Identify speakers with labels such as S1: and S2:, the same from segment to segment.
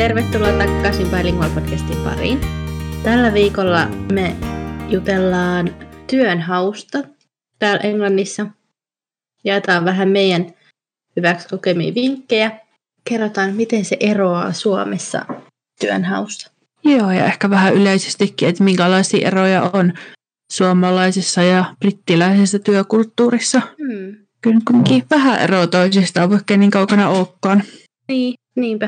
S1: Tervetuloa takaisin Bilingual podcastin pariin. Tällä viikolla me jutellaan työnhausta täällä Englannissa. Jaetaan vähän meidän hyväksi kokemia vinkkejä. Kerrotaan, miten se eroaa Suomessa työnhausta.
S2: Joo, ja ehkä vähän yleisestikin, että minkälaisia eroja on suomalaisessa ja brittiläisessä työkulttuurissa. Kyllä kuitenkin vähän eroa toisistaan, vaikka niin kaukana olekaan.
S1: Niin, niinpä.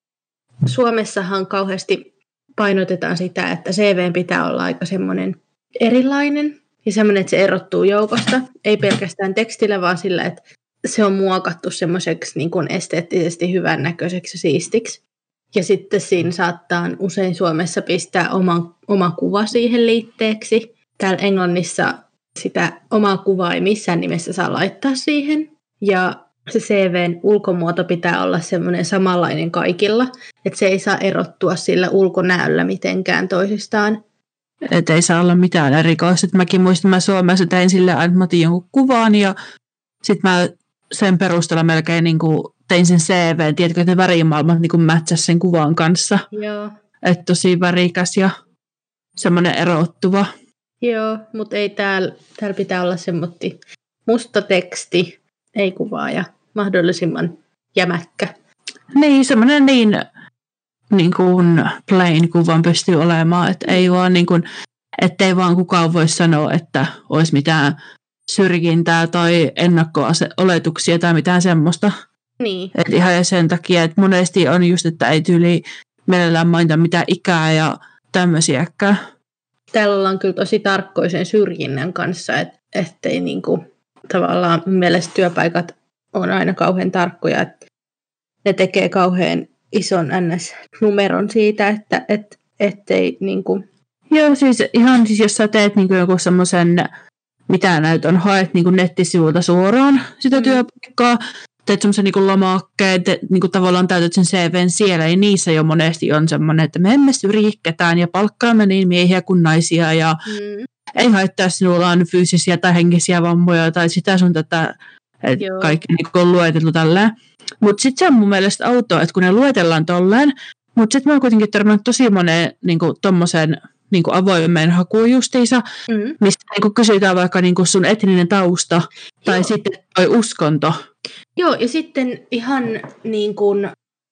S1: Suomessahan kauheasti painotetaan sitä, että CV:n pitää olla aika semmoinen erilainen ja semmoinen, että se erottuu joukosta. Ei pelkästään tekstillä, vaan sillä, että se on muokattu semmoiseksi niin kuin esteettisesti hyvännäköiseksi ja siistiksi. Ja sitten siinä saattaa usein Suomessa pistää oma kuva siihen liitteeksi. Täällä Englannissa sitä omaa kuvaa ei missään nimessä saa laittaa siihen. Ja se CV:n ulkomuoto pitää olla semmoinen samanlainen kaikilla, että se ei saa erottua sillä ulkonäöllä mitenkään toisistaan.
S2: Että ei saa olla mitään erikoista. Mäkin muistan, että mä Suomessa tein silleen, että mä otin jonkun kuvan ja sitten mä sen perusteella melkein niin kuin tein sen CV:n. Tiedätkö, että ne värimaailmat niin mätsäs sen kuvan kanssa.
S1: Joo.
S2: Että tosi värikäs ja semmoinen erottuva.
S1: Joo, mutta ei täällä pitää olla semmoinen musta teksti, ei kuvaa ja mahdollisimman jämäkkä.
S2: Niin, semmoinen niin kuin plain kuvan pystyy olemaan, että ei vaan niin kuin, ettei vaan kukaan voi sanoa, että olisi mitään syrjintää tai ennakko-oletuksia tai mitään semmoista.
S1: Niin.
S2: Et ihan sen takia, että monesti on just, että ei tyyli mielellään mainita mitään ikää ja tämmöisiäkään.
S1: Täällä ollaan kyllä tosi tarkkoja sen syrjinnän kanssa, ettei niinku, tavallaan mun mielestä työpaikat on aina kauhean tarkkoja, että ne tekee kauhean ison NS-numeron siitä, että ettei niinku.
S2: Joo, siis ihan siis jos sä teet niinku joku semmoisen, mitä näytön haet niinku nettisivulta suoraan sitä työpaikkaa, teet semmoisen niinku lomakkeen, niinku tavallaan täytät sen CV:n siellä, ja niissä jo monesti on semmoinen, että me emme syrji ketään ja palkkaamme niin miehiä kuin naisia ja ei haittaa sinulla on fyysisiä tai henkisiä vammoja tai sitä sun tätä, että kaikki niinku on lueteltu tälleen. Mutta sitten se on mun mielestä outoa, että kun ne luetellaan tolleen, mutta sitten mä oon kuitenkin törmännyt tosi moneen niinku tommosen niinku avoimeen hakuun justiinsa, mistä niinku kysytään vaikka niinku sun etninen tausta tai sitten toi uskonto.
S1: Joo, ja sitten ihan niin kuin,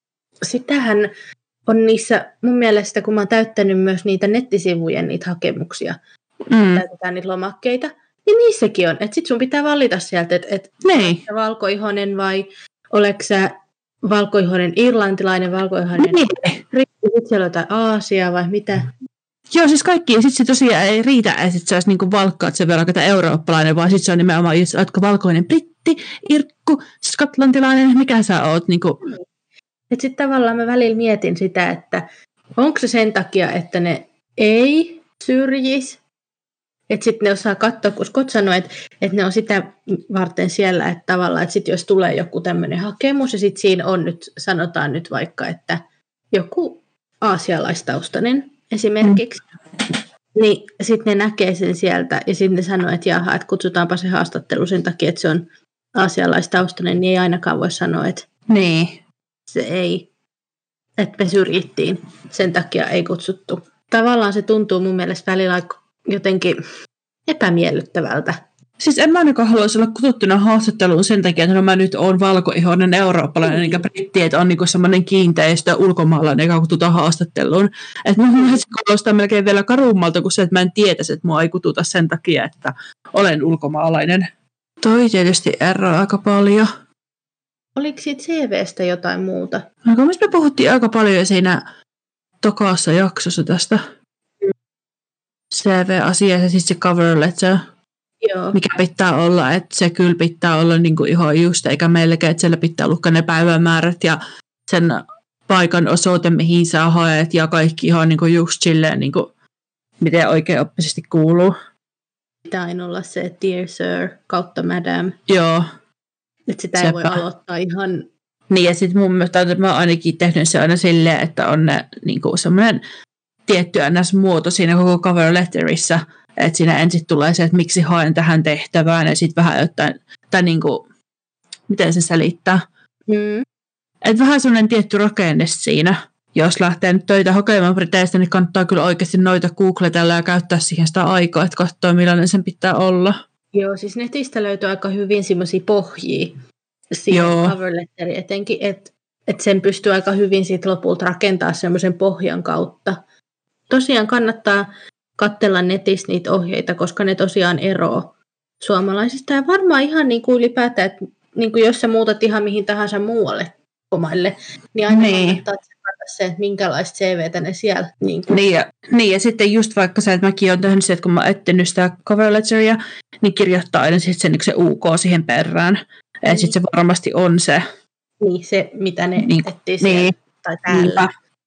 S1: sitähän on niissä, mun mielestä kun mä oon täyttänyt myös niitä nettisivujen niitä hakemuksia, täytetään niitä lomakkeita, niin niissäkin on, että sit sun pitää valita sieltä, että oletko sä valkoihoinen vai oletko sä valkoihoinen irlantilainen, valkoihoinen britti, siellä on jotain Aasia vai mitä?
S2: Joo, siis kaikki, ja sitten se tosiaan ei riitä, että sä olisi niinku valkkaat sen verran, että eurooppalainen, vaan sitten se on nimenomaan, jos oletko valkoinen britti, irkku, skotlantilainen, mikä sä oot. Niinku.
S1: Että sitten tavallaan mä välillä mietin sitä, että onko se sen takia, että ne ei syrjisi, että sitten ne osaa katsoa, kun Scott sanoi, että ne on sitä varten siellä, että tavallaan, että sitten jos tulee joku tämmöinen hakemus, ja sitten siinä on nyt, sanotaan nyt vaikka, että joku aasialaistaustainen, esimerkiksi, niin sitten ne näkee sen sieltä ja sitten ne sanoo, että jaha, että kutsutaanpa se haastattelu sen takia, että se on aasialaistaustainen, niin ei ainakaan voi sanoa, että se ei, että me syrjittiin, sen takia ei kutsuttu. Tavallaan se tuntuu mun mielestä välillä jotenkin epämiellyttävältä.
S2: Siis en mä ainakaan haluaisi olla kutsuttuna haastatteluun sen takia, että mä nyt oon valkoihoinen eurooppalainen eikä britti, että on niinku semmoinen kiinteistö ulkomaalainen, joka kutsutaan haastatteluun. Että mun mielestä kuulostaa melkein vielä karummalta kuin se, että mä en tietäisi, että mua ei kutsuta sen takia, että olen ulkomaalainen. Toi tietysti eroaa aika paljon.
S1: Oliko siitä CV:stä jotain muuta?
S2: No, me puhuttiin aika paljon siinä tokaassa jaksossa tästä CV-asiasta, siis se cover letter.
S1: Joo.
S2: Mikä pitää olla, että se kyllä pitää olla niinku ihan just, eikä melkein, että siellä pitää lukea ne päivämäärät ja sen paikan osoite, mihin sä haet ja kaikki ihan niinku just silleen, niinku, miten oikein oppisesti kuuluu.
S1: Pitää aina olla se dear sir kautta madam.
S2: Joo.
S1: Että sitä ei voi aloittaa ihan.
S2: Niin ja sitten mun mielestä mä oon ainakin tehnyt se aina silleen, että on ne niinku semmoinen tietty NS-muoto siinä koko cover letterissä. Että siinä ensin tulee se, että miksi haen tähän tehtävään ja sitten vähän jotain, tai niinku, miten se selittää. Että vähän sellainen tietty rakenne siinä. jos lähtee nyt töitä hakemaan Briteistä, niin kannattaa kyllä oikeasti noita googletella ja käyttää siihen sitä aikaa, että katsoo millainen sen pitää olla.
S1: Joo, siis netistä löytyy aika hyvin semmoisia pohjia siihen cover letteriin, etenkin, että sen pystyy aika hyvin siitä lopulta rakentamaan semmoisen pohjan kautta. Tosiaan kannattaa katsella netistä niitä ohjeita, koska ne tosiaan eroaa suomalaisista. Ja varmaan ihan niin kuin ylipäätään, että niin kuin jos sä muutat ihan mihin tahansa muualle komaille, niin aina kannattaa tsekata se, että minkälaista CVtä ne siellä.
S2: Niin, ja sitten just vaikka se, että mäkin olen tehnyt se, että kun mä oon etsinyt sitä cover letteria, niin kirjoittaa aina sitten se UK siihen perään. Että sitten se varmasti on se.
S1: Niin, se mitä ne etsii siellä tai täällä.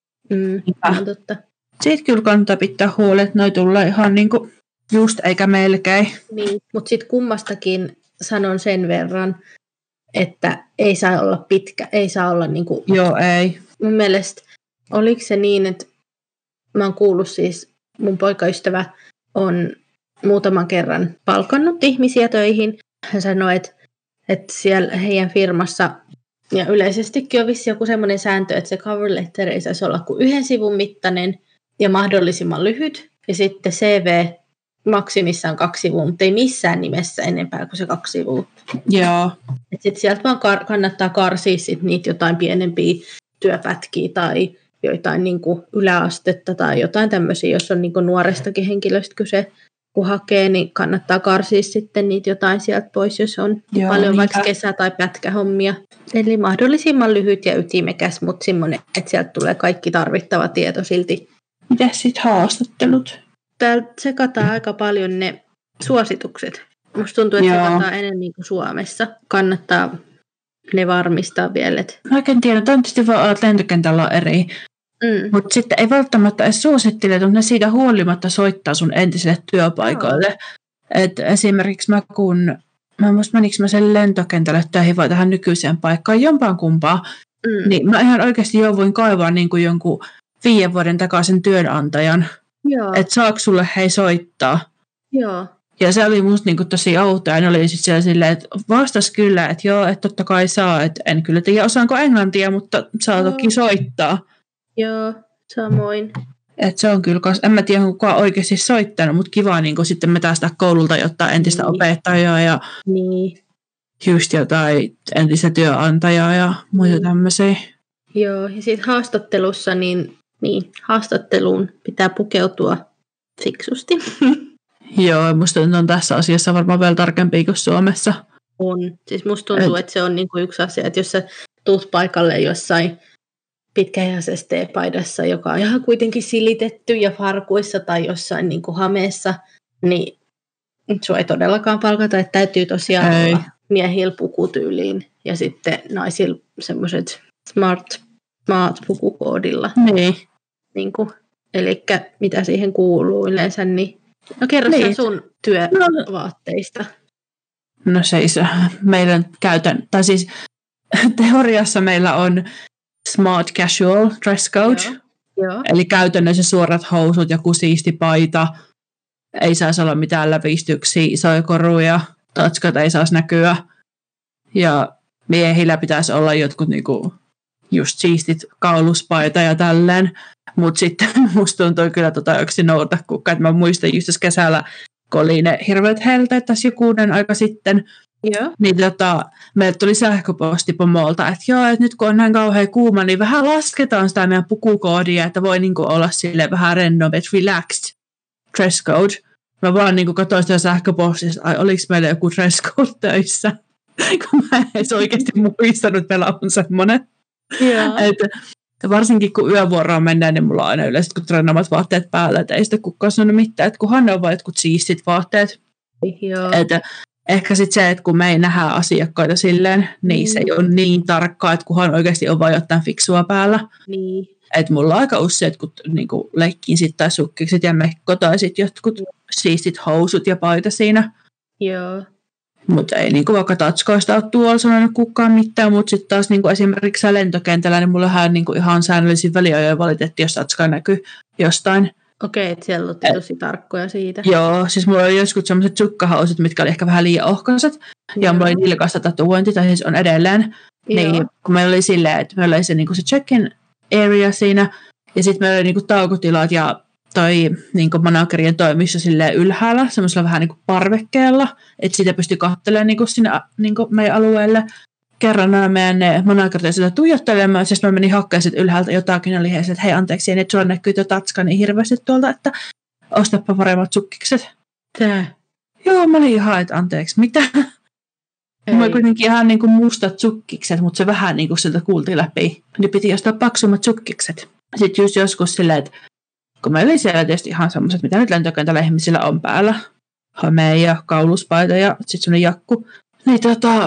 S1: Totta.
S2: Siitä kyllä kannattaa pitää huoli, että noi tulee ihan niinku just eikä melkein.
S1: Niin, mutta sitten kummastakin sanon sen verran, että ei saa olla pitkä, ei saa olla niinku...
S2: Joo, ei.
S1: Mun mielestä, oliko se niin, että mä oon kuullut siis, mun poikaystävä on muutaman kerran palkannut ihmisiä töihin. Hän sanoi, että siellä heidän firmassa, ja yleisestikin on vissi joku semmoinen sääntö, että se cover letter ei saisi olla kuin 1 sivun mittainen ja mahdollisimman lyhyt. Ja sitten CV maksimissaan 2 sivua, mutta ei missään nimessä enempää kuin se 2 sivua.
S2: Joo.
S1: Sitten sieltä vaan kannattaa karsia sit niitä jotain pienempiä työpätkiä tai joitain niin kuin yläastetta tai jotain tämmöisiä, jos on niin kuin nuorestakin henkilöstä kyse, kun hakee, niin kannattaa karsia sitten niitä jotain sieltä pois, jos on paljon vaikka kesä- tai pätkähommia. Eli mahdollisimman lyhyt ja ytimekäs, mutta semmoinen, että sieltä tulee kaikki tarvittava tieto silti.
S2: Mitäs sitten haastattelut?
S1: Täällä sekataan aika paljon ne suositukset. Musta tuntuu, että sekataan enemmän niin kuin Suomessa. Kannattaa ne varmistaa vielä. Että...
S2: Mä en tiedä, tämä on tietysti vaan että lentokentällä on eri. Mutta sitten ei välttämättä edes suosittele, että ne siitä huolimatta soittaa sun entiselle työpaikoille. Et esimerkiksi mä en muista menikö mä sen lentokentälle töihin vai tähän nykyiseen paikkaan, jompaan kumpaan, niin mä ihan oikeasti voin kaivaa niin kuin jonkun 5 vuoden takaisin työnantajan, että saako sulle soittaa.
S1: Joo.
S2: Ja se oli musta niin kuin tosi outoa, ja ne oli sitten siellä silleen, että vastas kyllä, että joo, että totta kai saa, että en kyllä tiedä osaanko englantia, mutta saa toki soittaa.
S1: Joo, samoin.
S2: Että se on kyllä, en mä tiedä kukaan oikeasti soittanut, mutta kiva niin sitten me tästä koululta jotain entistä opettajaa ja just jotain entistä työnantajaa ja muita tämmöisiä.
S1: Joo, ja sitten haastattelussa, niin haastatteluun pitää pukeutua fiksusti.
S2: Joo, musta on tässä asiassa varmaan vielä tarkempi kuin Suomessa.
S1: On. Siis musta tuntuu, että se on niinku yksi asia, että jos sä tuut paikalle jossain pitkäiäisessä teepaidassa, joka on ihan kuitenkin silitetty ja farkuissa tai jossain niinku hameessa, niin sua ei todellakaan palkata, että täytyy tosiaan olla miehillä pukutyyliin ja sitten naisilla semmoiset smart pukukoodilla. Niinku, elikkä mitä siihen kuuluu yleensä, niin no kerro sä sun työvaatteista.
S2: No siis meidän tai siis teoriassa meillä on smart casual dress code.
S1: Joo.
S2: Eli käytännössä suorat housut, joku siisti paita. Ei saisi olla mitään lävistyksiä, isoja koruja, tatskat ei saisi näkyä. Ja miehillä pitäisi olla jotkut niinku just siistit kauluspaita ja tälleen. Mutta sitten musta tuntui kyllä yksin noudata kukkaa. Että mä muistan just kesällä, kun oli ne hirveät helteet tässä joku aika sitten. Niin meille tuli sähköposti pomolta, että joo, että nyt kun on näin kauhean kuuma, niin vähän lasketaan sitä meidän pukukoodia, että voi niinku olla silleen vähän rennompi, relaxed dress code. Mä vaan niinku katsoin sitä sähköpostista, ai oliko meillä joku dress code töissä, kun mä en edes oikeasti muistanut, että meillä on semmoinen. Varsinkin kun yövuoroon mennään, niin mulla on aina yleensä kun treenaamat vaatteet päällä, että ei sitä kukaan sanonut mitään, että kunhan ne on vaan jotkut siistit vaatteet. Että ehkä sitten se, että kun me ei nähdä asiakkaita silleen, niin se ei ole niin tarkkaa, että kunhan oikeasti on vain jotain fiksua päällä.
S1: Niin.
S2: Että mulla on aika usein jotkut niinku leikkinsit tai sukkikset ja mekko tai sitten jotkut siistit housut ja paita siinä.
S1: Joo.
S2: Mutta ei niinku vaikka tatskoista ole tuolla sanonut kukaan mitään, mutta sitten taas niinku esimerkiksi lentokentällä, niin mullahan niinku ihan säännöllisin väliajoin valitettiin, jos tatska näkyy jostain.
S1: Okei, että siellä olette tosi tarkkoja siitä.
S2: Joo, siis mulla oli joskus sellaiset sukkahousut, mitkä oli ehkä vähän liian ohkaiset. Ja mulla oli nilkasta tatuointi, tai siis on edelleen. Niin kun meillä oli silleen, että meillä oli se, niin se check-in area siinä. Ja sitten meillä oli niinku taukotilat ja toi niinku managerien toimisto silleen ylhäällä, semmoisella vähän niinku parvekkeella, että siitä pystyi katselemaan niinku sinne niinku meidän alueelle. Kerran nämä meidän managerit sitä tuijottelemaan, ja sitten mä menin hakkeen sit ylhäältä jotakin, ja oli he, että hei anteeksi, että sulla näkyy tuo tatska niin hirveästi tuolta, että ostapa paremmat sukkikset.
S1: Tää.
S2: Joo, mä olin ihan, että anteeksi, mitä? Mulla oli kuitenkin ihan niinku mustat sukkikset, mutta se vähän niinku sieltä kuultiin läpi. Niin piti ostaa paksummat sukkikset. Sitten just joskus silleen, että kun meillä oli siellä tietysti ihan semmoiset, mitä nyt lentokentällä ihmisillä on päällä. Hame ja kauluspaita ja sitten semmoinen jakku. Niin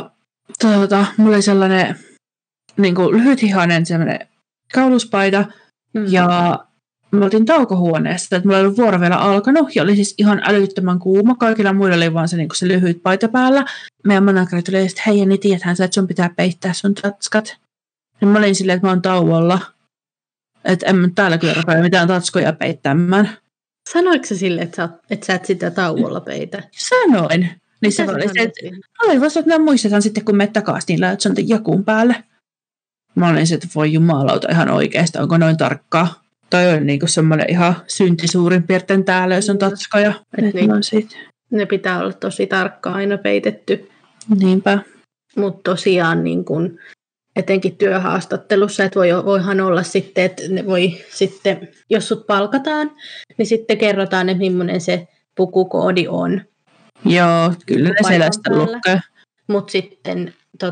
S2: mulla oli sellainen niinku lyhythihainen semmoinen kauluspaita. Ja me oltiin taukohuoneessa, että mulla oli vuoro vielä alkanut ja oli siis ihan älyttömän kuuma. Kaikilla muilla oli vaan se, niin se lyhyt paita päällä. Meidän manageri tuli että hei, niin tiedäthän sä, että sun pitää peittää sun tatskat. Ja mä olin silleen, että mä oon tauolla. Että en mä täällä kyllä rupea mitään tatskoja peittämään.
S1: Sanoiko se sille, että sä et sitä tauolla peitä?
S2: Sanoin. Niin se oli se, että aivan että nämä muistetaan sitten, kun me takaisin niillä, että se on jakun päälle. Mä olin se, että voi jumalauta ihan oikeasti, onko noin tarkkaa. Toi on niinku semmoinen ihan synti suurin piirtein täällä, jos on tatskoja.
S1: Ne pitää olla tosi tarkkaan aina peitetty.
S2: Niinpä.
S1: Mutta tosiaan niin kun, etenkin työhaastattelussa, että voihan olla sitten, että ne voi sitten, jos sut palkataan, niin sitten kerrotaan, että millainen se pukukoodi on.
S2: Joo, kyllä ne selästä lukee.
S1: Mutta sitten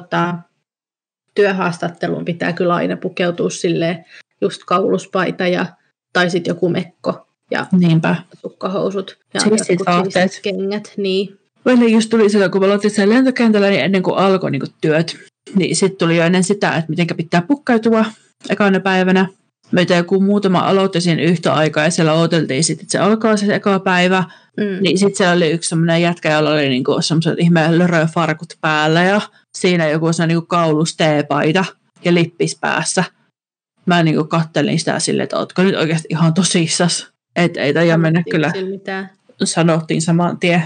S1: työhaastatteluun pitää kyllä aina pukeutua silleen, just kauluspaita tai sitten joku mekko ja
S2: niinpä.
S1: Sukkahousut ja
S2: vaatteet.
S1: Kengät. Niin.
S2: Meille just tuli silloin, kun me oltiin siellä lentokentällä, niin ennen kuin alkoi niin kuin työt, niin sitten tuli jo ennen sitä, että miten pitää pukkeutua ekana päivänä. Meitä joku muutama aloitti siinä yhtä aikaa ja siellä odoteltiin sitten, että se alkaa se eka päivä. Niin sitten siellä oli yksi semmoinen jätkä, jolla oli niinku semmoiset ihmeen löröfarkut päällä ja siinä joku semmoinen niinku kaulusteepaita ja lippis päässä. Mä niinku kattelin sitä silleen, että ootko nyt oikeasti ihan tosissas. Että ei taida mennä kyllä. Sanottiin saman tien.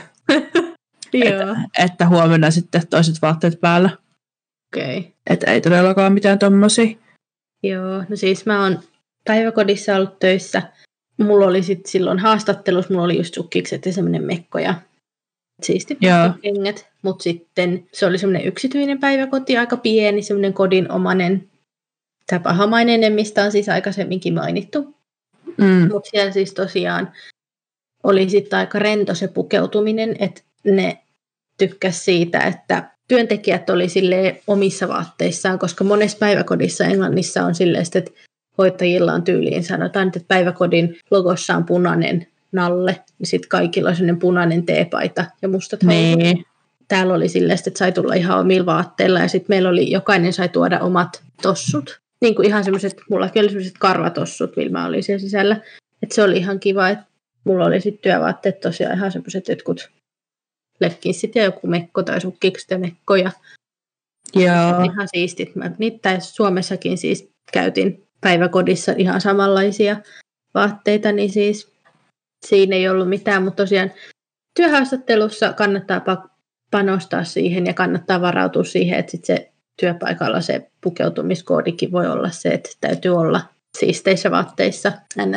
S2: että huomenna sitten toiset vaatteet päällä.
S1: Okei.
S2: Että ei todellakaan mitään tommosia.
S1: Joo, no siis mä oon päiväkodissa ollut töissä. Mulla oli sitten silloin haastattelussa, mulla oli just sukkikset ja semmoinen mekko ja siisti kengät. Mutta sitten se oli semmoinen yksityinen päiväkoti, aika pieni, semmoinen kodinomainen. Tämä pahamainen, mistä on siis aikaisemminkin mainittu. Mutta siellä siis tosiaan oli sitten aika rento se pukeutuminen, että ne tykkäs siitä, että työntekijät oli silleen omissa vaatteissaan, koska monessa päiväkodissa Englannissa on silleen, että hoitajilla on tyyliin, sanotaan, että päiväkodin logossa on punainen nalle, niin sitten kaikilla on sellainen punainen teepaita ja mustat housut. Täällä oli silleen, että sai tulla ihan omilla vaatteilla ja sitten meillä oli, jokainen sai tuoda omat tossut. Niin kuin ihan semmoiset, mullakin oli semmoiset karvatossut, millä mä olin siellä sisällä. Että se oli ihan kiva, että mulla oli sitten työvaatteet tosiaan ihan semmoiset jotkut lekkinssit ja joku mekko tai sukkikset ja mekkoja.
S2: Joo.
S1: Ihan siistit. Niitä Suomessakin siis käytin päiväkodissa ihan samanlaisia vaatteita, niin siis siinä ei ollut mitään, mutta tosiaan työhaastattelussa kannattaa panostaa siihen ja kannattaa varautua siihen, että sit se työpaikalla se pukeutumiskoodikin voi olla se, että täytyy olla siisteissä vaatteissa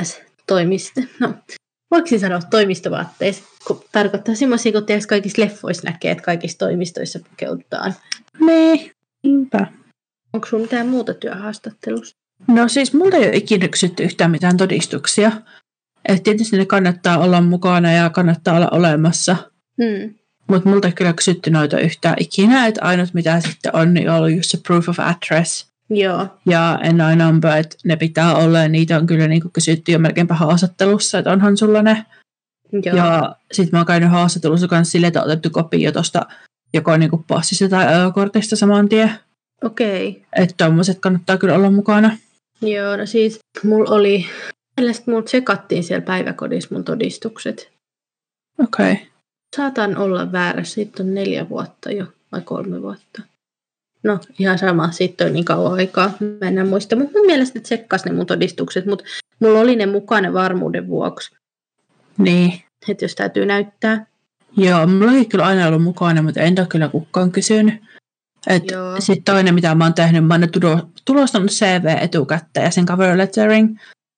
S1: voiko sanoa toimistovaatteissa, kun tarkoittaa semmoisia, kun kaikissa leffoissa näkee, että kaikissa toimistoissa pukeudutaan.
S2: Niinpä.
S1: Onko sinulla mitään muuta työhaastattelusta?
S2: No siis multa ei ole ikinä kysytty yhtään mitään todistuksia. Et tietysti ne kannattaa olla mukana ja kannattaa olla olemassa. Mutta multa ei kyllä kysytty noita yhtään ikinä. Että ainut mitä sitten on, niin on ollut just se proof of address.
S1: Joo.
S2: Ja NI number, että ne pitää olla ja niitä on kyllä niinku kysytty jo melkeinpä haastattelussa, että onhan sulla ne. Joo. Ja sitten mä oon käynyt haastattelussa kanssa silleen, että on otettu kopio tuosta joko niinku passista tai ajokortista saman tien.
S1: Okei.
S2: Että tommoset kannattaa kyllä olla mukana.
S1: Joo, no siis mulla tsekattiin siellä päiväkodissa mun todistukset.
S2: Okei.
S1: Saatan olla väärässä, siitä on 4 vuotta jo, vai 3 vuotta. No, ihan sama, siitä on niin kauan aikaa, mä en muista. Mutta mun mielestä tsekkas ne mun todistukset, mutta mulla oli ne mukana varmuuden vuoksi.
S2: Niin.
S1: Että jos täytyy näyttää.
S2: Joo, mulla ei kyllä aina ollut mukana, mutta en ole kyllä kukaan kysynyt. Sitten toinen, mitä mä oon tehnyt, mä oon tulostanut CV etukäteen ja sen cover lettering.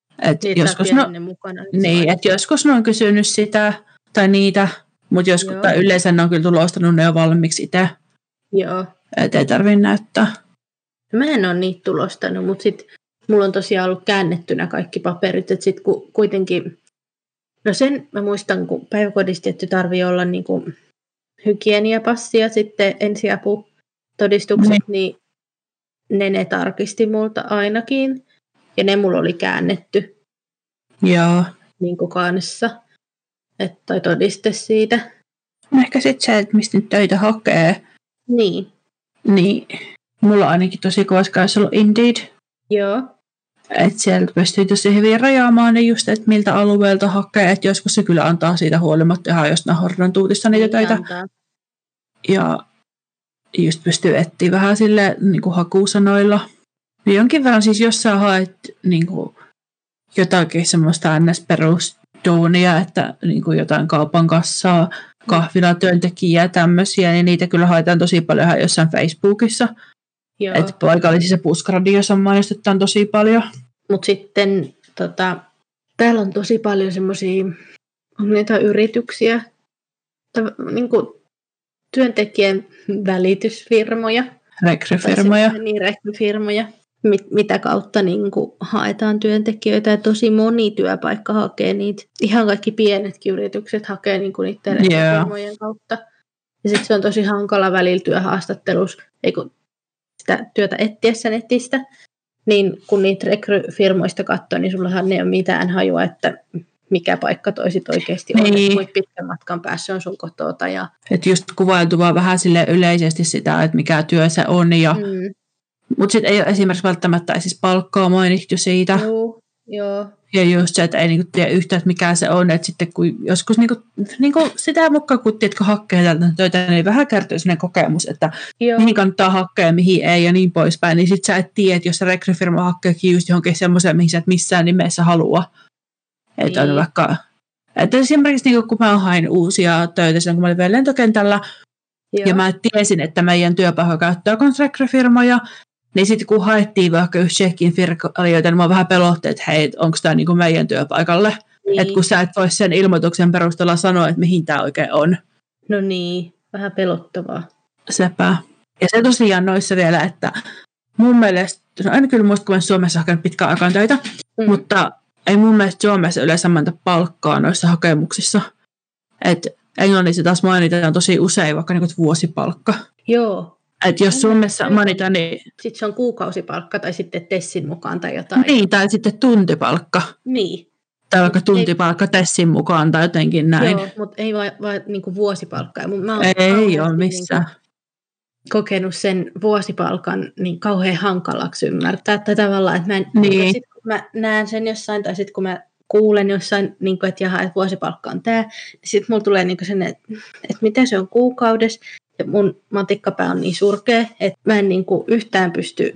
S2: Joskus ne on kysynyt sitä tai niitä, mutta tai yleensä ne on kyllä tulostanut ne jo valmiiksi itse.
S1: Joo.
S2: Et ei tarvitse näyttää.
S1: Mä en ole niitä tulostanut, mutta sitten mulla on tosiaan ollut käännettynä kaikki paperit, että sitten kuitenkin, no sen mä muistan, kun päiväkodissa tietty tarvii olla niinku hygieniapassi ja sitten ensiaputodistukset, niin ne tarkisti multa ainakin, ja ne mulla oli käännetty.
S2: Joo.
S1: Niin kuin kanssa, tai todiste siitä.
S2: Ehkä sitten se, että mistä nyt töitä hakee.
S1: Niin.
S2: Niin, mulla ainakin tosi kovasti olisi ollut Indeed.
S1: Joo.
S2: Että sieltä pystyy tosi hyvin rajaamaan ne just, että miltä alueelta hakee. Että joskus se kyllä antaa siitä huolimatta ihan jostain horron tuutista niitä töitä.
S1: Antaa.
S2: Ja just pystyy etsiä vähän sille niin kuin hakusanoilla. Jonkin verran siis, jos sä haet niin kuin jotakin semmoista NS-perusduunia, että niin kuin jotain kaupan kassaa, kahvilatyöntekijää, tämmöisiä, niin niitä kyllä haetaan tosi paljon ihan jossain Facebookissa. Että paikallisissa puskaradioissa mainostetaan tosi paljon.
S1: Mutta sitten täällä on tosi paljon semmoisia, on niitä yrityksiä, niin kuin työntekijän välitysfirmoja.
S2: Rekryfirmoja.
S1: Niin, rekryfirmoja. Mitä kautta niin kuin haetaan työntekijöitä, ja tosi moni työpaikka hakee niitä. Ihan kaikki pienetkin yritykset hakee niin kuin niiden rekryfirmojen kautta. Ja sitten se on tosi hankala välillä työhaastattelussa, ei kun sitä työtä etsiessä netistä, niin kun niitä rekryfirmoista katsoo, niin sullahan ei ole mitään hajua, että mikä paikka toisit oikeasti on, että kuinka pitkän matkan päässä on sun kotota. Ja
S2: että just kuvailtu vaan vähän sille yleisesti sitä, että mikä työ se on. Mutta sitten ei ole esimerkiksi välttämättä siis palkkaa mainittu siitä.
S1: Joo.
S2: Ja just se, että ei niinku tiedä yhtään, että mikä se on. Että sitten kun joskus niinku sitä mukaan, kun tiedätkö hakee täältä töitä, niin vähän kertyy sellainen kokemus, että mihin kannattaa hakea ja mihin ei ja niin poispäin. Niin sitten sä et tiedä, että jos se rekryfirma hakeekin just johonkin semmoiseen, mihin sä et missään nimessä halua. Että on vaikka, että esimerkiksi niin kun mä hain uusia töitä silloin, kun mä olin vielä lentokentällä, ja mä tiesin, että meidän työpaikka käyttää rekryfirmoja, niin sitten kun haettiin vaikka yksi check-in virkailijoita, niin mä vähän pelottiin, että hei, onko tämä niin kuin meidän työpaikalle. Niin. Että kun sä et voi sen ilmoituksen perusteella sanoa, että mihin tämä oikein on.
S1: No niin, vähän pelottavaa.
S2: Sepä. Ja se tosiaan noissa vielä, että mun mielestä, no aina kyllä muista, kun mä Suomessa hakenut pitkään aikaan töitä, mutta ei mun mielestä Suomessa yleensä mennä palkkaa noissa hakemuksissa. Että Englannissa taas mainitaan tosi usein vaikka niin vuosipalkka.
S1: Joo.
S2: Että jos Suomessa mainitaan, niin
S1: sitten se on kuukausipalkka tai sitten Tessin mukaan tai jotain.
S2: Niin, tai sitten tuntipalkka.
S1: Niin.
S2: Tai vaikka tuntipalkka Tessin mukaan tai jotenkin näin.
S1: Joo, mutta ei vaan niinku vuosipalkkaa.
S2: Ei ole missään.
S1: Niinku kokenut sen vuosipalkan niin kauhean hankalaksi ymmärtää. Tai tavallaan, että sit, kun mä näen sen jossain, tai sitten kun mä kuulen jossain, niin kuin, että jaha, että vuosipalkka on tämä, niin sitten mulla tulee niin sen, että mitä se on kuukaudessa. Ja mun matikkapää on niin surkea, että mä en niin kuin yhtään pysty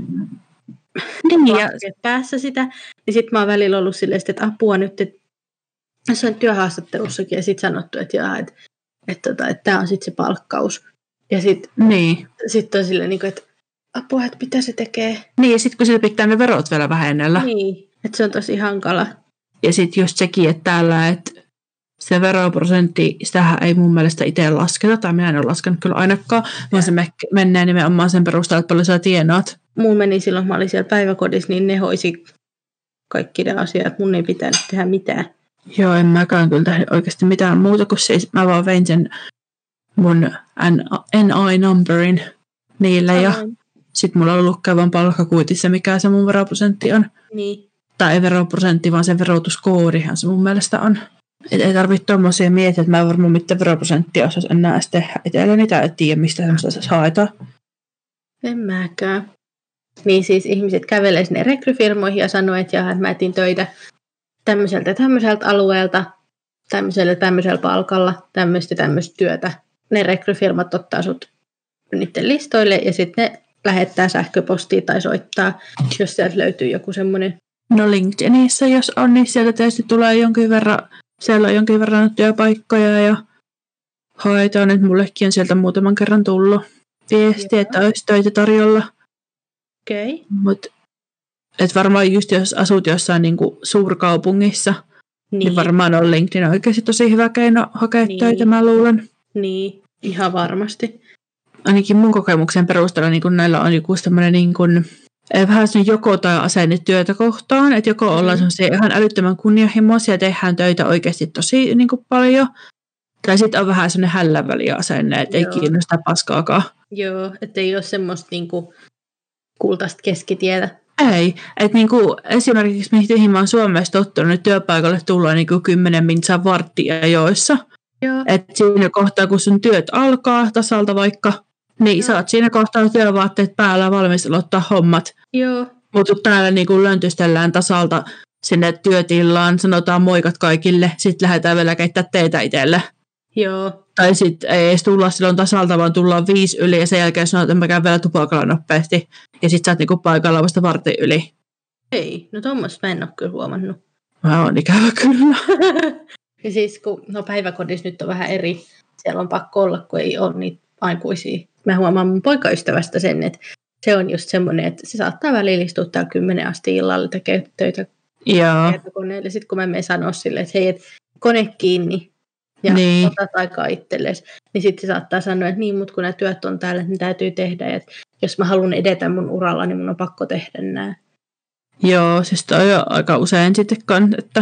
S1: päässä sitä. Niin sitten mä oon välillä ollut silleen, että apua nyt, että jossain työhaastattelussakin ja sitten sanottu, että tämä on sitten se palkkaus. Ja sitten on silleen, että apua, että mitä se tekee.
S2: Niin, ja sitten kun sillä pitää ne verot vielä vähennellä.
S1: Niin, että se on tosi hankala.
S2: Ja sitten just sekin, että täällä, että se veroprosentti, sitähän ei mun mielestä itse lasketa, tai minä en ole laskenut kyllä ainakaan, vaan se menee nimenomaan sen perusteella, että paljon sä tienaat.
S1: Mun meni silloin, kun mä olin siellä päiväkodissa, niin ne hoisi kaikki ne asiat, mun ei pitänyt tehdä mitään.
S2: Joo, en mäkään kyllä tehdä oikeasti mitään muuta, kuin siis mä vaan vein sen mun NI-numberin niille, ja sitten mulla on lukevan palkkakuitissa, mikä se mun veroprosentti on.
S1: Niin.
S2: Tai ei veroprosentti, vaan se verotuskoodihan se mun mielestä on. Et ei tarvitse tuommoisia miettiä, että mä en varmaan mitään veroprosenttia osaisi enää edes tehdä itselleni, tai et tiedä, mistä semmoista haetaan.
S1: En mäkään. Niin siis ihmiset kävelee sinne rekryfirmoihin ja sanoo, että mä etin töitä tämmöiseltä alueelta, tämmöisellä palkalla, tämmöistä työtä. Ne rekryfirmat ottaa sut niiden listoille ja sitten ne lähettää sähköpostia tai soittaa, jos sieltä löytyy joku semmoinen.
S2: No LinkedInissä jos on, niin sieltä tietysti tulee siellä on jonkin verran työpaikkoja ja haetaan, että mullekin on sieltä muutaman kerran tullut. viestiä, että olisi töitä tarjolla.
S1: Okei.
S2: Mut, et varmaan just jos asut jossain niinku suurkaupungissa, niin varmaan on LinkedIn oikeasti tosi hyvä keino hakea töitä, mä luulen.
S1: Niin, ihan varmasti.
S2: Ainakin mun kokemuksen perusteella niin näillä on joku semmoinen niin vähän joko tai asenne työtä kohtaan, että joko ollaan semmoisia ihan älyttömän kunnianhimoisia ja tehdään töitä oikeasti tosi niin paljon, tai sitten on vähän semmoinen hällän väliä asenne, että ei kiinnosta paskaakaan.
S1: Joo, että ei ole semmoista niinku kultaista keskitietä.
S2: Ei, että niinku, esimerkiksi mihin mä oon Suomessa tottunut, että työpaikalle tullaan niinku 10 minsaa varttia ajoissa. Että siinä kohtaa, kun sun työt alkaa tasalta vaikka, niin saat siinä kohtaa työvaatteet päällä valmis aloittaa hommat. Mutta täällä niinku löntystellään tasalta sinne työtilaan, sanotaan moikat kaikille, sitten lähdetään vielä keittää teetä itselle. Tai sitten ei edes tulla silloin tasalta, vaan tullaan 5 yli ja sen jälkeen sanotaan, että mä käyn vielä tupakalla nopeasti. Ja sitten sä oot niinku paikalla vasta vartin yli.
S1: Ei, no tuommoista mä en ole kyllä huomannut.
S2: Mä oon ikävä kyllä.
S1: Ja siis kun päiväkodissa nyt on vähän eri, siellä on pakko olla, kun ei ole niitä aikuisia. Mä huomaan mun poikaystävästä sen, että se on just semmoinen, että se saattaa välillä istua täällä 10 asti illalla tekee töitä tietokoneelle. Sitten kun mä menen sanoa silleen, että hei, et kone kiinni ja otat aikaa itsellesi, niin sitten se saattaa sanoa, että niin, mutta kun nämä työt on täällä, niin täytyy tehdä. Ja jos mä haluan edetä mun uralla, niin mun on pakko tehdä nämä.
S2: Joo, siis toi on aika usein sittenkaan, että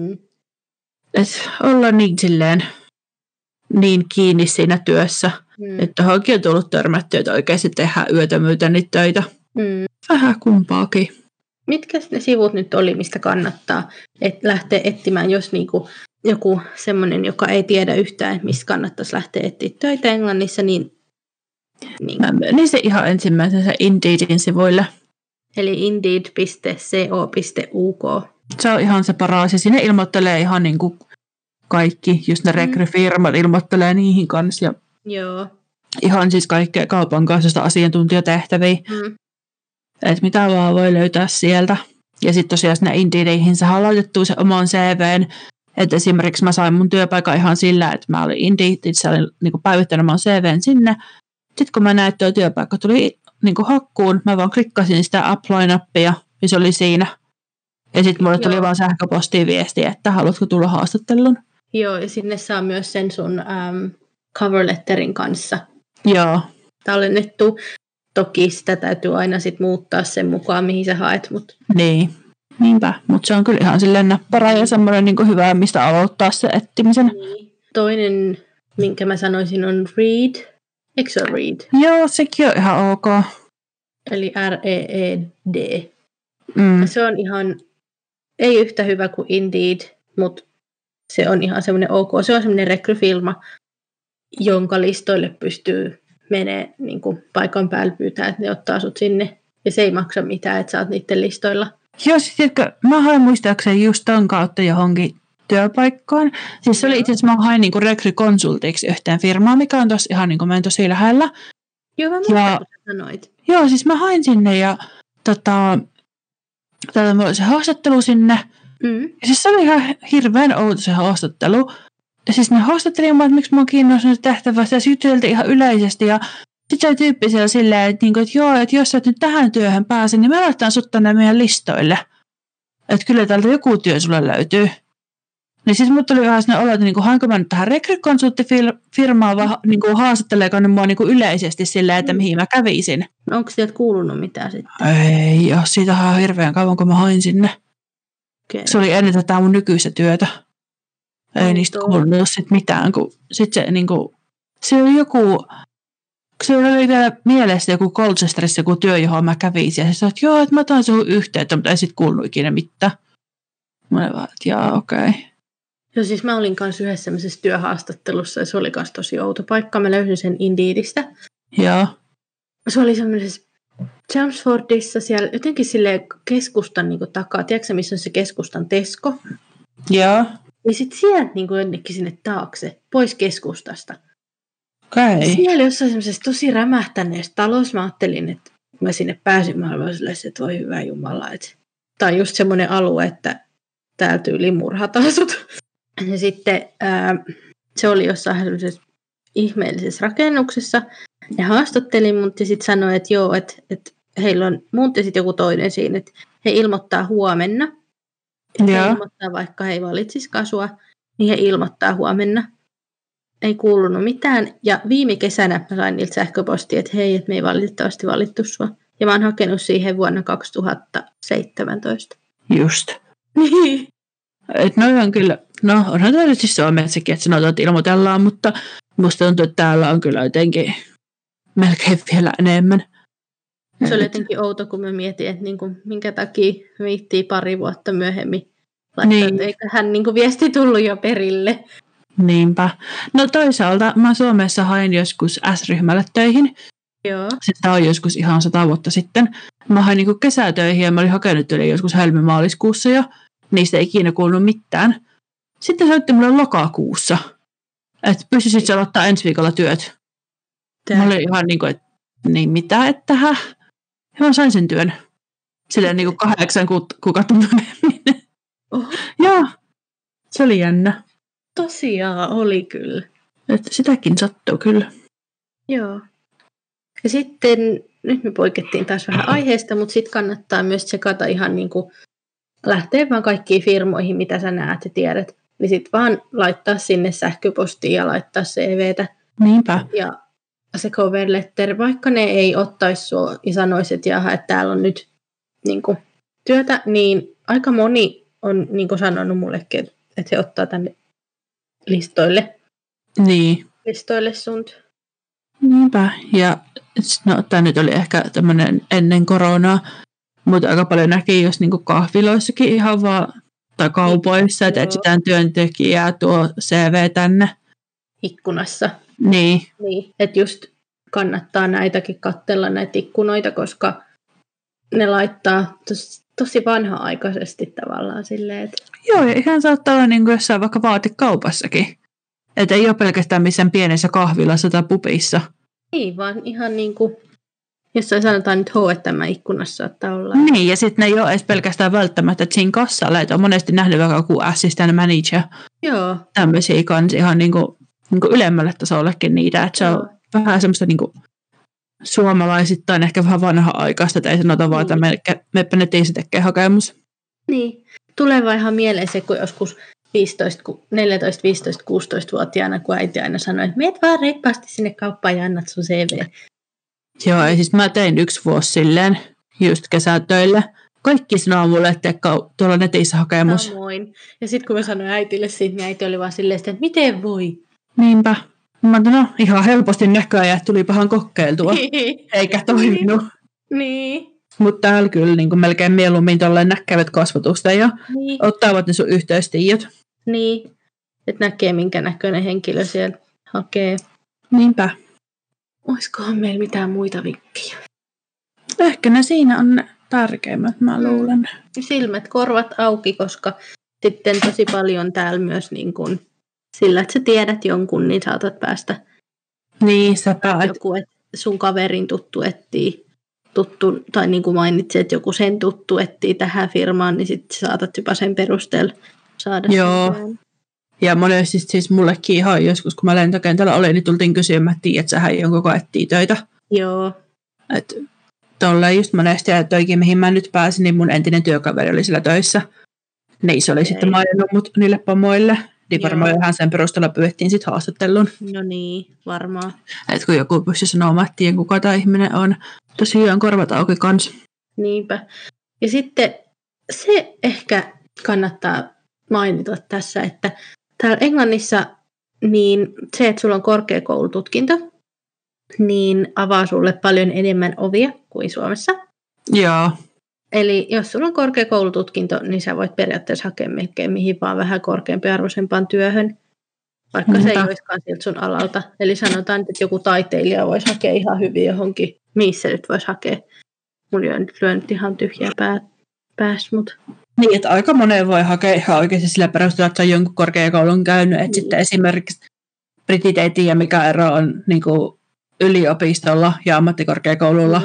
S2: ollaan niin silleen niin kiinni siinä työssä, että johonkin on tullut törmättyä, että oikeasti tehdään yötä myötä niitä töitä. Vähän kumpaakin.
S1: Mitkä ne sivut nyt oli, mistä kannattaa lähteä etsimään, jos niinku joku semmoinen, joka ei tiedä yhtään, mistä kannattaisi lähteä etsiä töitä Englannissa, niin.
S2: Mä menin se ihan ensimmäisenä Indeedin sivuille.
S1: Eli indeed.co.uk.
S2: Se on ihan se paras, ja siinä ilmoittelee ihan niin kuin kaikki, just ne rekryfirmat ilmoittelee niihin kanssa. Ja ihan siis kaikkea kaupan kanssa asiantuntijatehtäviä. Että mitä vaan voi löytää sieltä. Ja sitten tosiaan sinne Indeediin saadaan laitettua se oman CVn. Että esimerkiksi mä sain mun työpaikan ihan sillä, että mä olin Indeedissä, olin niin päivittänyt oman CVn sinne. Sitten kun mä näin, että tuo työpaikka tuli niin hakkuun, mä vaan klikkasin sitä apply-nappia ja se oli siinä. Ja sitten mulle tuli vaan sähköpostiin viesti, että haluatko tulla haastatteluun.
S1: Joo, ja sinne saa myös sen sun cover letterin kanssa.
S2: Joo.
S1: Tallennettu. Toki sitä täytyy aina sit muuttaa sen mukaan, mihin sä haet.
S2: Niin, niinpä. Mutta se on kyllä ihan silleen näppärä ja semmoinen niin hyvä, mistä aloittaa se etsimisen.
S1: Niin. Toinen, minkä mä sanoisin, on Reed. Eikö se ole Reed?
S2: Joo, sekin on ihan ok.
S1: Eli REED. Se on ihan, ei yhtä hyvä kuin Indeed, mutta se on ihan semmoinen ok. Se on semmoinen rekryfirma, jonka listoille pystyy menee niin kuin paikan päällä pyytää, että ne ottaa sut sinne. Ja se ei maksa mitään, että sä oot niiden listoilla.
S2: Joo, siis mä hain muistaakseni just ton kautta johonkin työpaikkaan. Siis se oli itse asiassa, mä hain niinku rekrykonsultiksi yhteen firmaan, mikä on tossa ihan niinku meidän tosi lähellä.
S1: Joo, mä muistan, kun sä sanoit.
S2: Joo, siis mä hain sinne ja mulla oli se haastattelu sinne. Ja siis se oli ihan hirveän outo se haastattelu. Ja siis ne haastatteli mua, että miksi mä oon kiinnostunut tehtävästä ja juteltiin ihan yleisesti. Ja sitten se tyyppi siellä silleen, että joo, että jos sä nyt tähän työhön pääsen, niin mä laitan sut tänne meidän listoille. Että kyllä täältä joku työ sulle löytyy. Niin siis mut tuli vähän sellainen olo, että niinku, hainko mä nyt tähän rekrykonsulttifirmaan vai niinku, haastatteleeko ne mua niinku yleisesti silleen, että mihin mä kävisin.
S1: No, onko sieltä kuulunut mitään sitten?
S2: Ei ole, siitä on hirveän kauan kun mä hain sinne.
S1: Okay.
S2: Se oli ennen tätä mun nykyistä työtä. Ei niistä kuulunut sit mitään, kun sit se niinku, se oli joku, se oli vielä mielessä joku Colchesterissa joku työ, johon mä kävisin. Ja se sanoi, että joo, että mä otan suhun yhteyttä, mutta ei sit kuulunut ikinä mitään. Mä olin vaan, että jaa, okei.
S1: Joo, siis mä olin kanssa yhdessä sellaisessa työhaastattelussa ja se oli kanssa tosi outo paikka. Mä löysin sen Indeedistä.
S2: Joo.
S1: Se oli semmoisessa Chelmsfordissa siellä jotenkin silleen keskustan niin takaa. Tiedätkö missä on se keskustan Tesco?
S2: Joo.
S1: Ja sitten sieltä niin jonnekin sinne taakse, pois keskustasta.
S2: Okay.
S1: Siellä jossain semmoisessa tosi rämähtäneessä talossa mä ajattelin, että mä sinne pääsin. Mä olin silleen, että voi hyvä jumala. Tämä on just semmoinen alue, että täällä tyyliin murhataan sut. Ja sitten se oli jossain semmoisessa ihmeellisessä rakennuksessa. Ne haastatteli mut ja sitten sanoi, että joo, että heillä on muut ja sitten joku toinen siinä, että he ilmoittaa huomenna. Että he ilmoittaa, vaikka he ei valitsisi kasua, niin he ilmoittaa huomenna. Ei kuulunut mitään. Ja viime kesänä mä sain niiltä sähköpostia, että hei, että me ei valitettavasti valittu sua. Ja mä oon hakenut siihen vuonna 2017.
S2: Just.
S1: Niin.
S2: Että noi on kyllä, no onhan tietysti Suomessakin, että sanotaan, että ilmoitellaan, mutta musta tuntuu, että täällä on kyllä jotenkin melkein vielä enemmän.
S1: Se oli jotenkin outo, kun mä mietin, että niinku, minkä takia viittii pari vuotta myöhemmin laittaa, niin. Eikö hän niinku viesti tullut jo perille.
S2: Niinpä. No toisaalta mä Suomessa hain joskus S-ryhmälle töihin.
S1: Joo.
S2: Sitä on joskus ihan 100 vuotta sitten. Mä hain niinku kesätöihin ja mä olin hakenut yli joskus helmimaaliskuussa ja niistä ei ikinä kuulunut mitään. Sitten soitti mulle lokakuussa, että pystyisit aloittaa ensi viikolla työt. Mä olin ihan niinku, että niin mitä, että mä sain sen työn. Silleen niinku 8 kuukautta myöhemmin. Joo, se oli jännä.
S1: Tosiaan oli kyllä.
S2: Että sitäkin sattuu kyllä.
S1: Joo. Ja sitten, nyt me poikettiin taas vähän aiheesta, mutta sitten kannattaa myös tsekata ihan niin kuin lähteä vaan kaikkiin firmoihin, mitä sä näet ja tiedät. Niin sitten vaan laittaa sinne sähköpostiin ja laittaa CVtä.
S2: Niinpä.
S1: Ja se cover letter, vaikka ne ei ottaisi sua ja sanoisi, että jaha, että täällä on nyt niin kuin työtä, niin aika moni on niin kuin sanonut mullekin, että he ottaa tänne listoille.
S2: Niin.
S1: Listoille sunt.
S2: Niinpä. Ja no, tämä nyt oli ehkä tämmöinen ennen koronaa, mutta aika paljon näki, jos niinku kahviloissakin ihan vaan, tai kaupoissa, että etsitään työntekijää, tuo CV tänne.
S1: Ikkunassa.
S2: Niin.
S1: Että just kannattaa näitäkin katsella, näitä ikkunoita, koska ne laittaa tosi vanha-aikaisesti tavallaan silleen, että...
S2: Joo, ja ihan saattaa olla niin kuin jossain vaikka vaatekaupassakin. Että ei ole pelkästään missään pienessä kahvilassa tai pubissa.
S1: Ei, vaan ihan niin kuin, jossain sanotaan nyt H&M-ikkunassa saattaa olla.
S2: Niin, ja sitten ne ei ole edes pelkästään välttämättä siinä kassalla. Että on monesti nähnyt vaikka joku assistant manager.
S1: Joo.
S2: Tämmöisiä kanssa ihan niin kuin ylemmälle tasollekin niitä. Että se on vähän semmoista niin kuin suomalaisittain ehkä vähän vanha-aikaista, että ei sanota vaan, että meppä netiin se tekee hakemus.
S1: Niin. Tulee vaan ihan mieleen se, kun joskus 14, 15, 16-vuotiaana, kun äiti aina sanoi, että meet vaan reippaasti sinne kauppaan ja annat sun CV.
S2: Joo, ja siis mä tein 1 vuosi silleen, just kesätöille. Kaikki sanoo mulle, että tuolla netissä hakemus.
S1: Samoin. Ja sitten kun mä sanoin äitille siitä, niin äiti oli vaan silleen, että miten voi?
S2: Niinpä. Mä no ihan helposti näköjään, että tulipahan kokeiltua. Eikä toiminut.
S1: Niin.
S2: Mutta täällä kyllä niin melkein mieluummin tolleen näkevät kasvatusta ja ottavat ne sun yhteystiedot.
S1: Niin, että näkee minkä näköinen henkilö siellä hakee.
S2: Niinpä.
S1: Olisikohan meillä mitään muita vinkkejä?
S2: Ehkä ne siinä on ne tärkeimmät, mä luulen.
S1: Silmät, korvat auki, koska sitten tosi paljon täällä myös niin kun, sillä, että sä tiedät jonkun, niin saatat päästä.
S2: Niin, sä päät.
S1: Joku, että sun kaverin tuttu etsii. Tai niin kuin mainitsin, että joku sen tuttu etsii tähän firmaan, niin sitten saatat jopa sen perusteella saada.
S2: Joo.
S1: Sen.
S2: Ja monesti siis mullekin ihan joskus, kun mä lentokentällä olin, niin tultiin kysymään, että tiedät sähän jonkun, joka etsii töitä.
S1: Joo.
S2: Että tolleen just monesti, ja toikin mihin mä nyt pääsin, niin mun entinen työkaveri oli siellä töissä. Niissä oli sitten maininnut mut niille pomoille. Niin varmaan ihan sen perusteella pyydettiin sitten haastatteluun.
S1: No niin, varmaan.
S2: Että kun joku pystyy sanomaan, että tiedän kuka tämä ihminen on. Tosiaan korvat auki kans.
S1: Niinpä. Ja sitten se ehkä kannattaa mainita tässä, että täällä Englannissa niin se, että sulla on korkeakoulututkinto, niin avaa sulle paljon enemmän ovia kuin Suomessa.
S2: Joo.
S1: Eli jos sulla on korkeakoulututkinto, niin sä voit periaatteessa hakea melkein mihin vaan vähän korkeampiarvoisempaan työhön, vaikka se ei olisikaan siltä sun alalta. Eli sanotaan, että joku taiteilija voisi hakea ihan hyvin johonkin, missä nyt voisi hakea. Mulla lyö nyt ihan tyhjää päässä, mutta...
S2: Niin, että aika monen voi hakea ihan oikeasti sillä perusteella, että on jonkun korkeakoulun käynyt. Että sitten esimerkiksi britit ei tiedä, mikä ero on niin kuin yliopistolla ja ammattikorkeakoululla.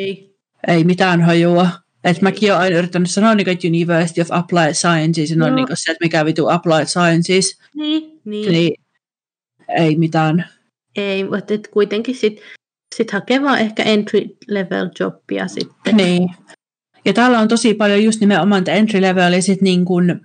S2: Ei mitään hajua. Että mäkin olen aina yrittänyt sanoa, että University of Applied Sciences, on niin se, että mikä vitu Applied Sciences.
S1: Niin.
S2: Niin ei mitään.
S1: Ei, mutta kuitenkin sitten Sitten hakee vaan ehkä entry level jobbia sitten.
S2: Niin. Ja täällä on tosi paljon just nimenomaan entry level ja sitten niin kuin,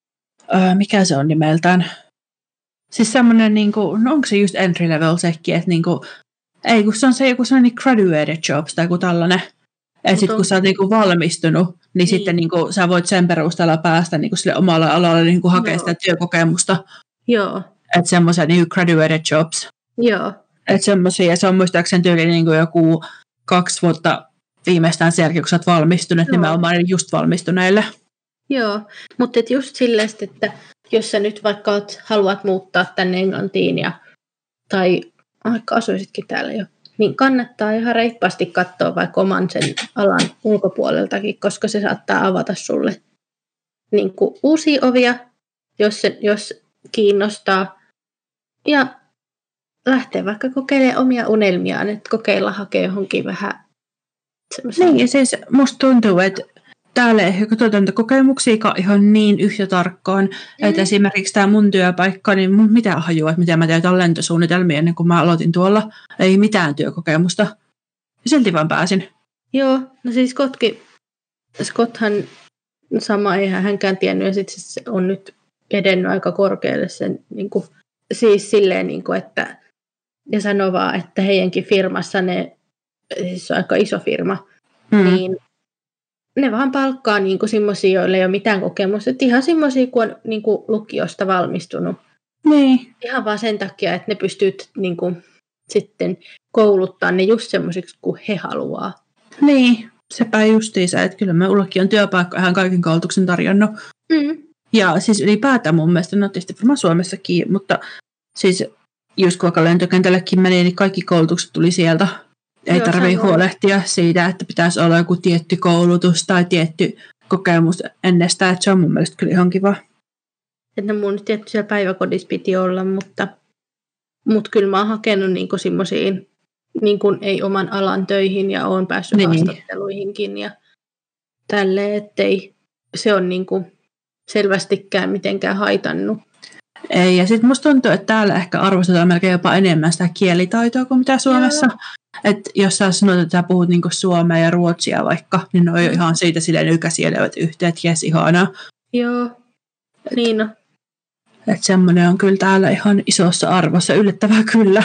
S2: mikä se on nimeltään? Siis semmoinen, niin kuin, no onko se just entry level sekin, että niin kuin, ei kun se on se joku sellainen graduated jobs tai joku tällainen. Että sitten kun sä oot niin kuin valmistunut, niin sitten niin kuin, sä voit sen perusteella päästä niin kuin sille omalle alalle niin kuin hakea sitä työkokemusta.
S1: Joo.
S2: Että semmoisia niin graduated jobs.
S1: Joo.
S2: Että semmoisia, ja se on muistaakseni tyyli niin kuin joku 2 vuotta viimeistään sen jälkeen, kun sä oot valmistunut, nimenomaan just valmistuneille.
S1: Joo, mutta just silleen, että jos sä nyt vaikka haluat muuttaa tänne Englantiin tai vaikka asuisitkin täällä jo, niin kannattaa ihan reippaasti katsoa vaikka oman sen alan ulkopuoleltakin, koska se saattaa avata sulle niin kuin uusia ovia, jos kiinnostaa. Ja lähtee vaikka kokeilemaan omia unelmiaan, että kokeilla hakea johonkin vähän semmoisia.
S2: Niin, ja siis musta tuntuu, että täällä ei katsotaan kokemuksia ihan niin yhtä tarkkaan, että esimerkiksi tämä mun työpaikka, niin mun mitään hajua, että miten mä tein lentosuunnitelmia ennen kuin mä aloitin tuolla. Ei mitään työkokemusta. Ja silti vaan pääsin.
S1: Joo, no siis Scotthan sama, eihän hänkään tiennyt, ja sitten se on nyt edennyt aika korkealle sen, niin kuin, siis silleen, niin kuin, että ja sanoo vaan, että heidänkin firmassa siis on aika iso firma, niin ne vaan palkkaa niinku semmoisia, joilla ei ole mitään kokemusta. Että ihan semmoisia, kun on niinku lukiosta valmistunut.
S2: Niin.
S1: Ihan vaan sen takia, että ne pystyy niinku sitten kouluttamaan ne just semmoisiksi, kuin he haluaa.
S2: Niin, sepä justiinsa, että kyllä mullekin on työpaikka ihan kaiken koulutuksen tarjonnut. Ja siis ylipäätään mun mielestä, no tietysti varmaan Suomessakin, mutta siis just kun vaikka lentokentällekin meni, niin kaikki koulutukset tuli sieltä. Ei tarvitse huolehtia siitä, että pitäisi olla joku tietty koulutus tai tietty kokemus ennestään. Että se on mun mielestä kyllä ihan kiva.
S1: Että mun tietty siellä päiväkodissa piti olla, mutta kyllä mä oon hakenut niinku semmoisiin niinku ei oman alan töihin ja oon päässyt haastatteluihinkin ja tälleen, ettei se on niinku selvästikään mitenkään haitannut.
S2: Ei, ja sitten musta tuntuu, että täällä ehkä arvostetaan melkein jopa enemmän sitä kielitaitoa kuin mitä Suomessa. Että jos sä sanot, että sä puhut niinku suomea ja ruotsia vaikka, niin ne on jo ihan siitä silleen ykäsielevät yhteen, että jes, ihanaa.
S1: Joo, niin on.
S2: Että semmoinen on kyllä täällä ihan isossa arvossa, yllättävää kyllä.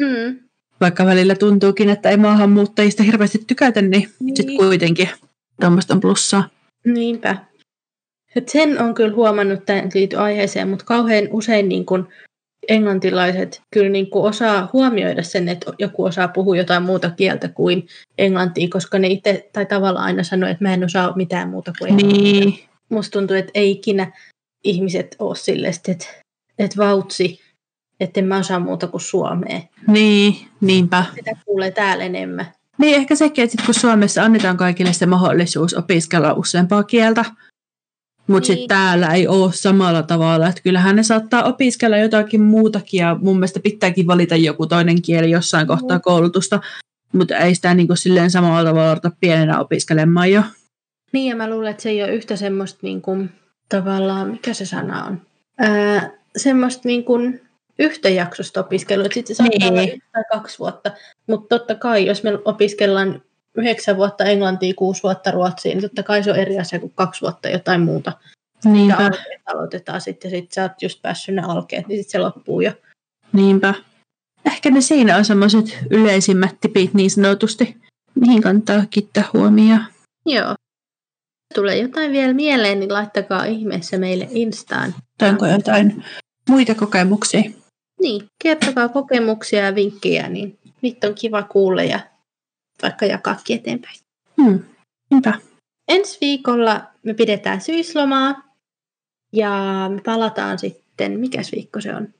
S2: Vaikka välillä tuntuukin, että ei maahanmuuttajista hirveästi tykätä, niin sitten kuitenkin tuommoista on plussaa.
S1: Niinpä. Et sen on kyllä huomannut, tämän liittyy aiheeseen, mutta kauhean usein niin kun englantilaiset kyllä niin kun osaa huomioida sen, että joku osaa puhua jotain muuta kieltä kuin englantia, koska ne itse tai tavallaan aina sanoo, että mä en osaa mitään muuta kuin englantia. Niin. Musta tuntuu, että ei ikinä ihmiset ole silleen, että vautsi, että en mä osaa muuta kuin suomea.
S2: Niin, niinpä.
S1: Sitä kuulee täällä enemmän.
S2: Niin, ehkä sekin, että kun Suomessa annetaan kaikille se mahdollisuus opiskella useampaa kieltä, mutta sitten täällä ei ole samalla tavalla, että kyllähän ne saattaa opiskella jotakin muutakin ja mun mielestä pitääkin valita joku toinen kieli jossain kohtaa koulutusta, mutta ei sitä niin kuin silleen samalla tavalla ota pienenä opiskelemaan jo.
S1: Niin ja mä luulen, että se ei ole yhtä semmoista niin kuin, tavallaan, mikä se sana on, semmoista niin kuin yhtäjaksoista opiskelua, että sitten se saattaa olla 1 tai 2 vuotta, mutta totta kai jos me opiskellaan 9 vuotta englantia, 6 vuotta ruotsia, niin totta kai se on eri asia kuin 2 vuotta jotain muuta.
S2: Niinpä.
S1: Ja aloitetaan sitten, ja sitten sä oot just päässyt ne alkeet, niin sitten se loppuu jo.
S2: Niinpä. Ehkä ne siinä on semmoiset yleisimmät tipit niin sanotusti, mihin kannattaa kiittää huomioon.
S1: Joo. Tulee jotain vielä mieleen, niin laittakaa ihmeessä meille Instaan.
S2: Tai onko jotain muita kokemuksia?
S1: Niin, kertokaa kokemuksia ja vinkkejä, niin niitä on kiva kuulla ja vaikka jakaakin eteenpäin.
S2: Niinpä.
S1: Ensi viikolla me pidetään syyslomaa ja me palataan sitten, mikäs viikko se on?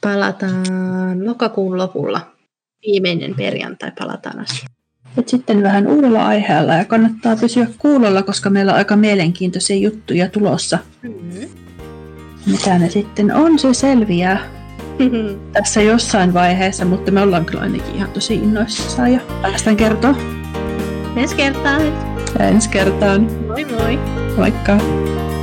S1: Palataan lokakuun lopulla. Viimeinen perjantai palataan asiaan.
S2: Et sitten vähän uudella aiheella ja kannattaa pysyä kuulolla, koska meillä on aika mielenkiintoisia juttuja tulossa. Mitä ne sitten on, se selviää tässä jossain vaiheessa, mutta me ollaan kyllä ainakin ihan tosi innoissaan ja päästään kertoa.
S1: Ensi kertaan.
S2: Ensi kertaan.
S1: Moi moi.
S2: Moikka.